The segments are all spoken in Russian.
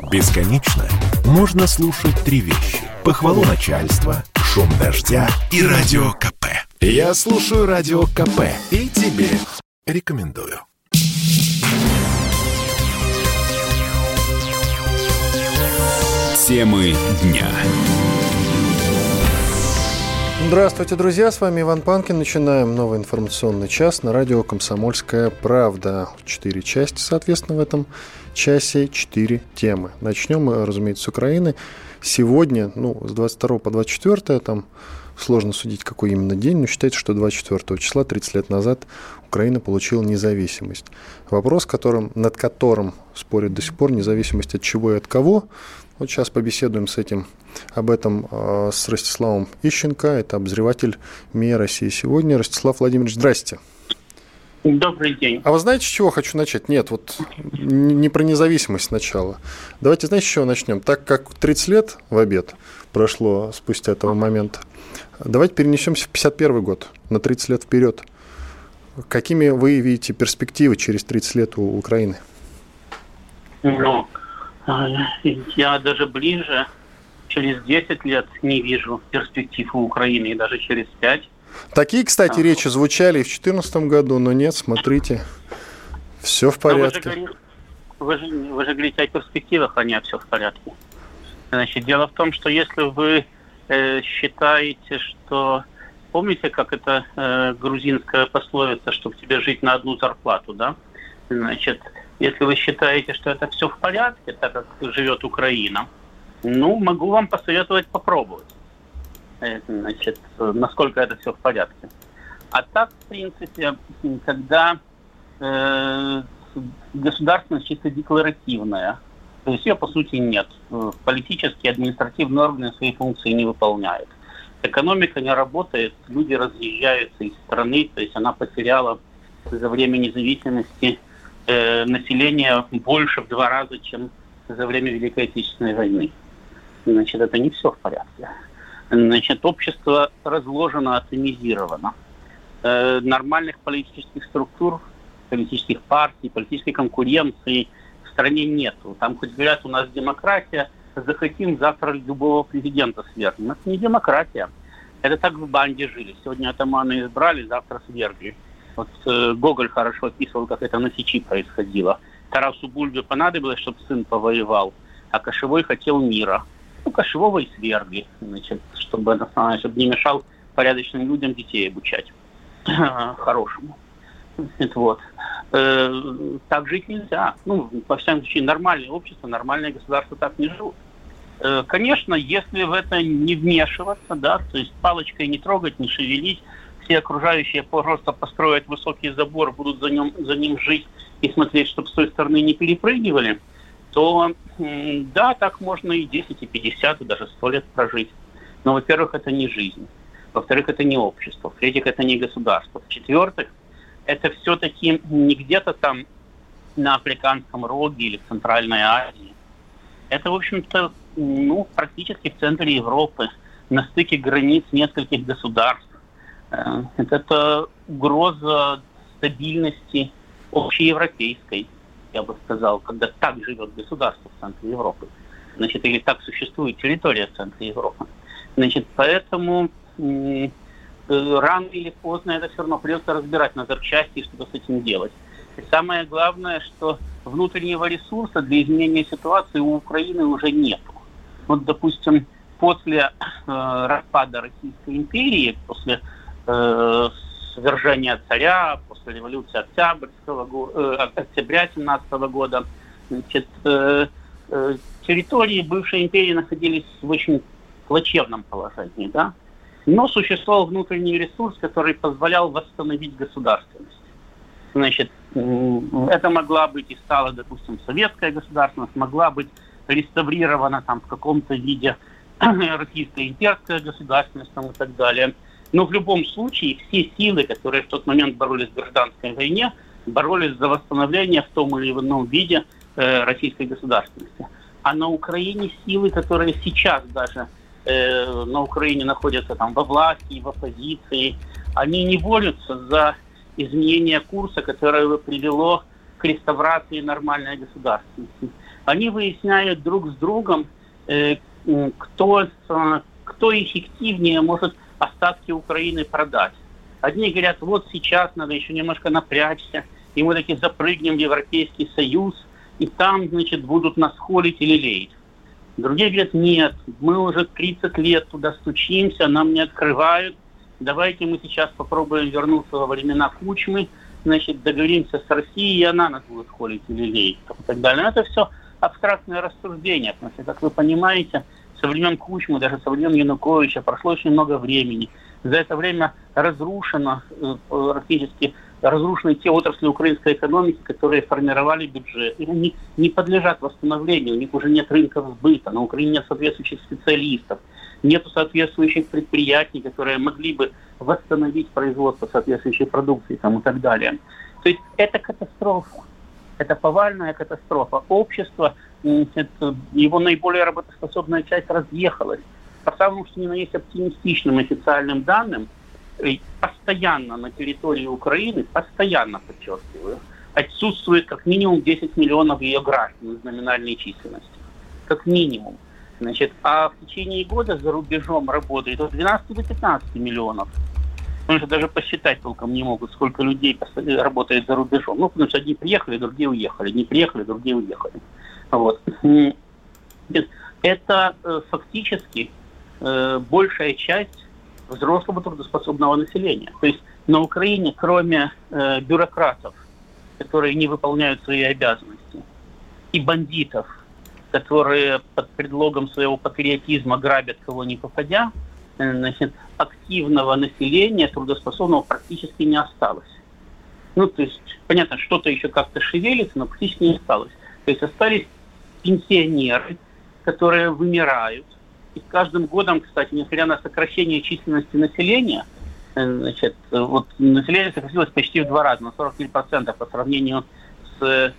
Бесконечно можно слушать три вещи: похвалу начальства, шум дождя и радио КП. Я слушаю радио КП и тебе рекомендую. Темы дня. Здравствуйте, друзья, с вами Иван Панкин. Начинаем новый информационный час на радио «Комсомольская правда». 4 части, соответственно, в этом часе 4 темы. Начнем мы, разумеется, с Украины. Сегодня, с 22 по 24, там сложно судить, какой именно день, но считается, что 24 числа, 30 лет назад, Украина получила независимость. Вопрос, над которым спорят до сих пор, независимость от чего и от кого. Вот сейчас побеседуем об этом с Ростиславом Ищенко, это обозреватель МИА России сегодня. Ростислав Владимирович, здрасте. Добрый день. А вы знаете, с чего хочу начать? Нет, не про независимость сначала. Давайте, знаете, с чего начнем? Так как 30 лет в обед прошло спустя этого момента, давайте перенесемся в 51 год, на 30 лет вперед. Какими вы видите перспективы через 30 лет у Украины? Я даже ближе, через 10 лет не вижу перспектив у Украины, и даже через 5. Такие, кстати, речи звучали и в 2014 году, но нет, смотрите, все в порядке. Вы же говорите о перспективах, а не о все в порядке. Значит, дело в том, что если вы считаете, что... Помните, как это грузинская пословица, чтобы тебе жить на одну зарплату, да? Значит, если вы считаете, что это все в порядке, так как живет Украина, могу вам посоветовать попробовать. Значит, насколько это все в порядке. А так, в принципе, когда государственность чисто декларативная, то есть ее, по сути, нет. Политические, административные органы свои функции не выполняют. Экономика не работает, люди разъезжаются из страны, то есть она потеряла за время независимости население больше в 2 раза, чем за время Великой Отечественной войны. Значит, это не все в порядке. Значит, общество разложено, атомизировано. Нормальных политических структур, политических партий, политической конкуренции в стране нету. Там хоть говорят, у нас демократия, захотим завтра любого президента свергнем. Это не демократия. Это так в банде жили. Сегодня атамана избрали, завтра свергли. Вот Гоголь хорошо описывал, как это на Сечи происходило. Тарасу Бульбе понадобилось, чтобы сын повоевал, а Кошевой хотел мира. Кошевого и свергли, значит, чтобы не мешал порядочным людям детей обучать хорошему. Вот. Так жить нельзя. Во всяком случае, нормальное общество, нормальное государство так не живут. Конечно, если в это не вмешиваться, да, то есть палочкой не трогать, не шевелить, все окружающие просто построят высокий забор, будут за ним жить и смотреть, чтобы с той стороны не перепрыгивали, то да, так можно и 10, и 50, и даже 100 лет прожить. Но, во-первых, это не жизнь. Во-вторых, это не общество. В-третьих, это не государство. В-четвертых, это все-таки не где-то там на Африканском роге или в Центральной Азии. Это, в общем-то, практически в центре Европы, на стыке границ нескольких государств. Это угроза стабильности общеевропейской, я бы сказал, когда так живет государство в центре Европы. Значит, или так существует территория в центре Европы. Значит, поэтому рано или поздно это все равно придется разбирать на запчасти и что-то с этим делать. И самое главное, что внутреннего ресурса для изменения ситуации у Украины уже нету. Вот, допустим, после распада Российской империи, после свержения царя, после революции октября 17 года, значит, территории бывшей империи находились в очень плачевном положении, да? Но существовал внутренний ресурс, который позволял восстановить государственность. Значит, это могла быть и стала, допустим, советская государственность, могла быть реставрирована там в каком-то виде российская имперская государственность там, и так далее. Но в любом случае все силы, которые в тот момент боролись в гражданской войне, боролись за восстановление в том или ином виде российской государственности. А на Украине силы, которые сейчас даже на Украине находятся там во власти, в оппозиции, они не борются за изменение курса, которое привело к реставрации нормальной государственности. Они выясняют друг с другом, кто эффективнее может остатки Украины продать. Одни говорят, вот сейчас надо еще немножко напрячься, и мы таки запрыгнем в Европейский Союз, и там, значит, будут нас холить и лелеять. Другие говорят, нет, мы уже 30 лет туда стучимся, нам не открывают, давайте мы сейчас попробуем вернуться во времена Кучмы, значит, договоримся с Россией, и она нас будет холить и лелеять, и так далее. Но это все абстрактное рассуждение, потому что, как вы понимаете, со времен Кучмы, даже со времен Януковича прошло очень много времени. За это время практически разрушены те отрасли украинской экономики, которые формировали бюджет. И они не подлежат восстановлению, у них уже нет рынков сбыта, на Украине нет соответствующих специалистов, нет соответствующих предприятий, которые могли бы восстановить производство соответствующей продукции там, и так далее. То есть это катастрофа. Это повальная катастрофа. Общество, его наиболее работоспособная часть разъехалась. По самому, что ни на есть оптимистичным официальным данным, постоянно на территории Украины, постоянно, подчеркиваю, отсутствует как минимум 10 миллионов ее граждан из номинальной численности. Как минимум. Значит, а в течение года за рубежом работает от 12 до 15 миллионов. Потому что даже посчитать толком не могут, сколько людей работает за рубежом. Ну, потому что одни приехали, другие уехали. Одни приехали, другие уехали. Вот. Это фактически большая часть взрослого трудоспособного населения. То есть на Украине, кроме бюрократов, которые не выполняют свои обязанности, и бандитов, которые под предлогом своего патриотизма грабят кого ни попадя, значит, активного населения, трудоспособного, практически не осталось. Ну, то есть, понятно, что-то еще как-то шевелится, но практически не осталось. То есть остались пенсионеры, которые вымирают. И с каждым годом, кстати, несмотря на сокращение численности населения, значит, вот население сократилось почти в 2 раза, на 43% по сравнению с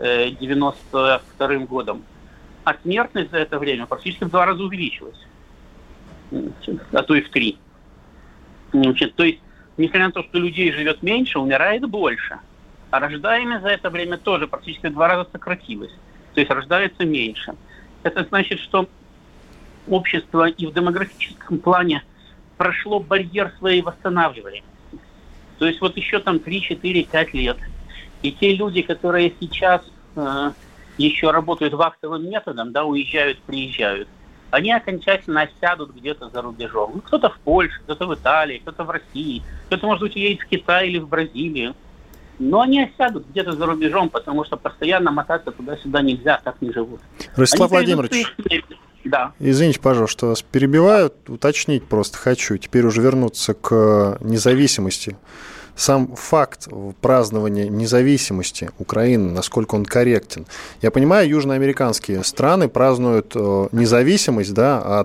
92 годом. А смертность за это время практически в 2 раза увеличилась. А то и в 3. Значит, то есть, несмотря на то, что людей живет меньше, умирает больше. А рождаемость за это время тоже практически в 2 раза сократилась. То есть рождается меньше. Это значит, что общество и в демографическом плане прошло барьер своей восстанавливаемости. То есть вот еще там 3, 4, 5 лет. И те люди, которые сейчас еще работают вахтовым методом, да, уезжают, приезжают, они окончательно осядут где-то за рубежом. Ну, кто-то в Польше, кто-то в Италии, кто-то в России, кто-то, может быть, уедет в Китай или в Бразилию. Но они осядут где-то за рубежом, потому что постоянно мотаться туда-сюда нельзя, так не живут. Ростислав Владимирович, да. Извините, пожалуйста, что вас перебиваю, уточнить просто хочу. Теперь уже вернуться к независимости. Сам факт празднования независимости Украины, насколько он корректен. Я понимаю, южноамериканские страны празднуют независимость, да,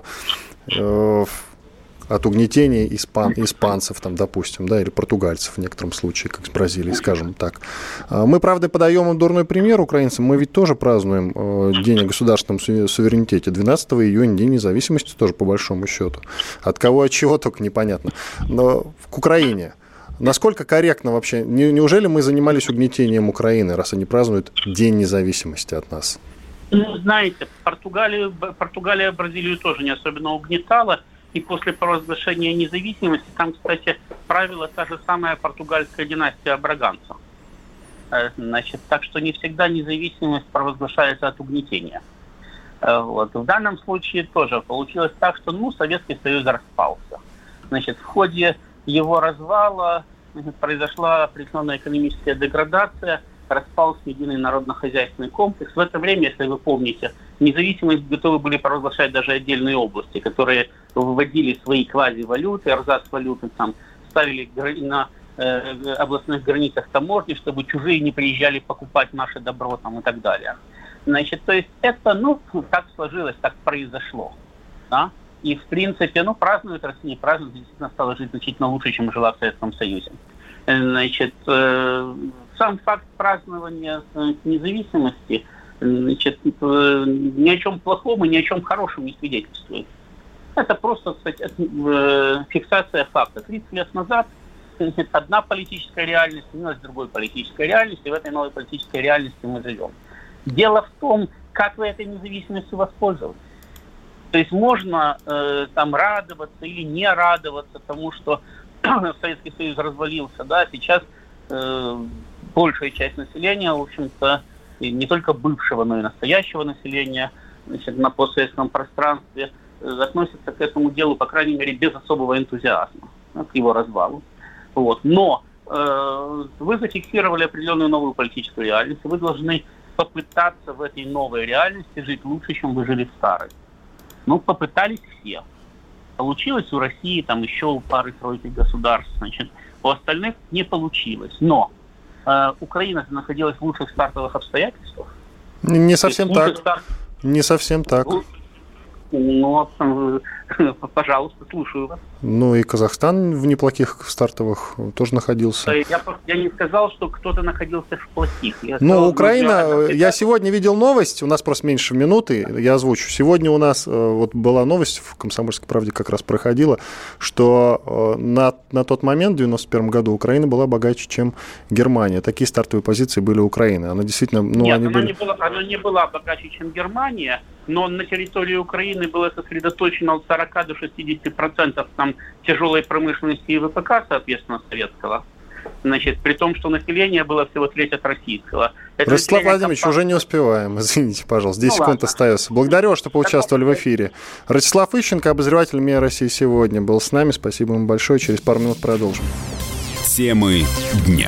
от угнетения испанцев, там, допустим, да, или португальцев в некотором случае, как с Бразилией, скажем так. Мы, правда, подаем им дурной пример украинцам. Мы ведь тоже празднуем День о государственном суверенитете. 12 июня, День независимости тоже, по большому счету. От кого, от чего, только непонятно. Но к Украине. Насколько корректно вообще? Неужели мы занимались угнетением Украины, раз они празднуют День независимости от нас? Ну, знаете, Португалия Бразилию тоже не особенно угнетала. И после провозглашения независимости, там, кстати, правила та же самая португальская династия браганцев. Значит, так что не всегда независимость провозглашается от угнетения. Вот. В данном случае тоже получилось так, что Советский Союз распался. Значит, в ходе его развала произошла определенная экономическая деградация, распался единый народно-хозяйственный комплекс. В это время, если вы помните, независимость готовы были провозглашать даже отдельные области, которые выводили свои квази-валюты, эрзац-валюты, там, ставили на областных границах таможни, чтобы чужие не приезжали покупать наше добро там, и так далее. Значит, то есть это, так сложилось, так произошло. Да? И, в принципе, празднуют Россия, празднуют, действительно стала жить значительно лучше, чем жила в Советском Союзе. Значит, сам факт празднования независимости, значит, ни о чем плохом и ни о чем хорошем не свидетельствует. Это просто, кстати, фиксация факта. 30 лет назад одна политическая реальность сменилась другой политической реальностью, и в этой новой политической реальности мы живем. Дело в том, как вы этой независимостью воспользовались. То есть можно там радоваться или не радоваться тому, что Советский Союз развалился, да, сейчас большая часть населения, в общем-то, не только бывшего, но и настоящего населения, значит, на постсоветском пространстве относится к этому делу, по крайней мере, без особого энтузиазма, к его развалу. Вот. Но вы зафиксировали определенную новую политическую реальность, и вы должны попытаться в этой новой реальности жить лучше, чем вы жили в старой. Ну, попытались все. Получилось у России, там еще у пары-тройки государств, значит, у остальных не получилось. Но Украина находилась в лучших стартовых обстоятельствах. Не совсем так. Не совсем так. Ну, пожалуйста, слушаю вас. Ну и Казахстан в неплохих стартовых тоже находился. Я не сказал, что кто-то находился в плохих. Украина, я сегодня видел новость, у нас просто меньше минуты, я озвучу. Сегодня у нас вот была новость, в «Комсомольской правде» как раз проходила, что на тот момент, в 1991 году, Украина была богаче, чем Германия. Такие стартовые позиции были у Украины. Она действительно... Нет, она не была богаче, чем Германия, но на территории Украины было сосредоточено от 40 до 60% там тяжелой промышленности и ВПК, соответственно, советского. Значит, при том, что население было всего треть от российского. Ростислав Владимирович, уже не успеваем. Извините, пожалуйста. 10 секунд остается. Благодарю, что поучаствовали в эфире. Ростислав Ищенко, обозреватель МИА России сегодня, был с нами. Спасибо ему большое. Через пару минут продолжим. Темы дня.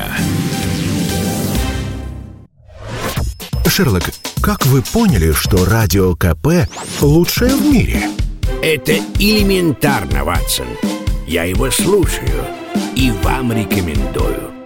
Шерлок, как вы поняли, что Радио КП лучшее в мире? Это элементарно, Ватсон. Я его слушаю и вам рекомендую.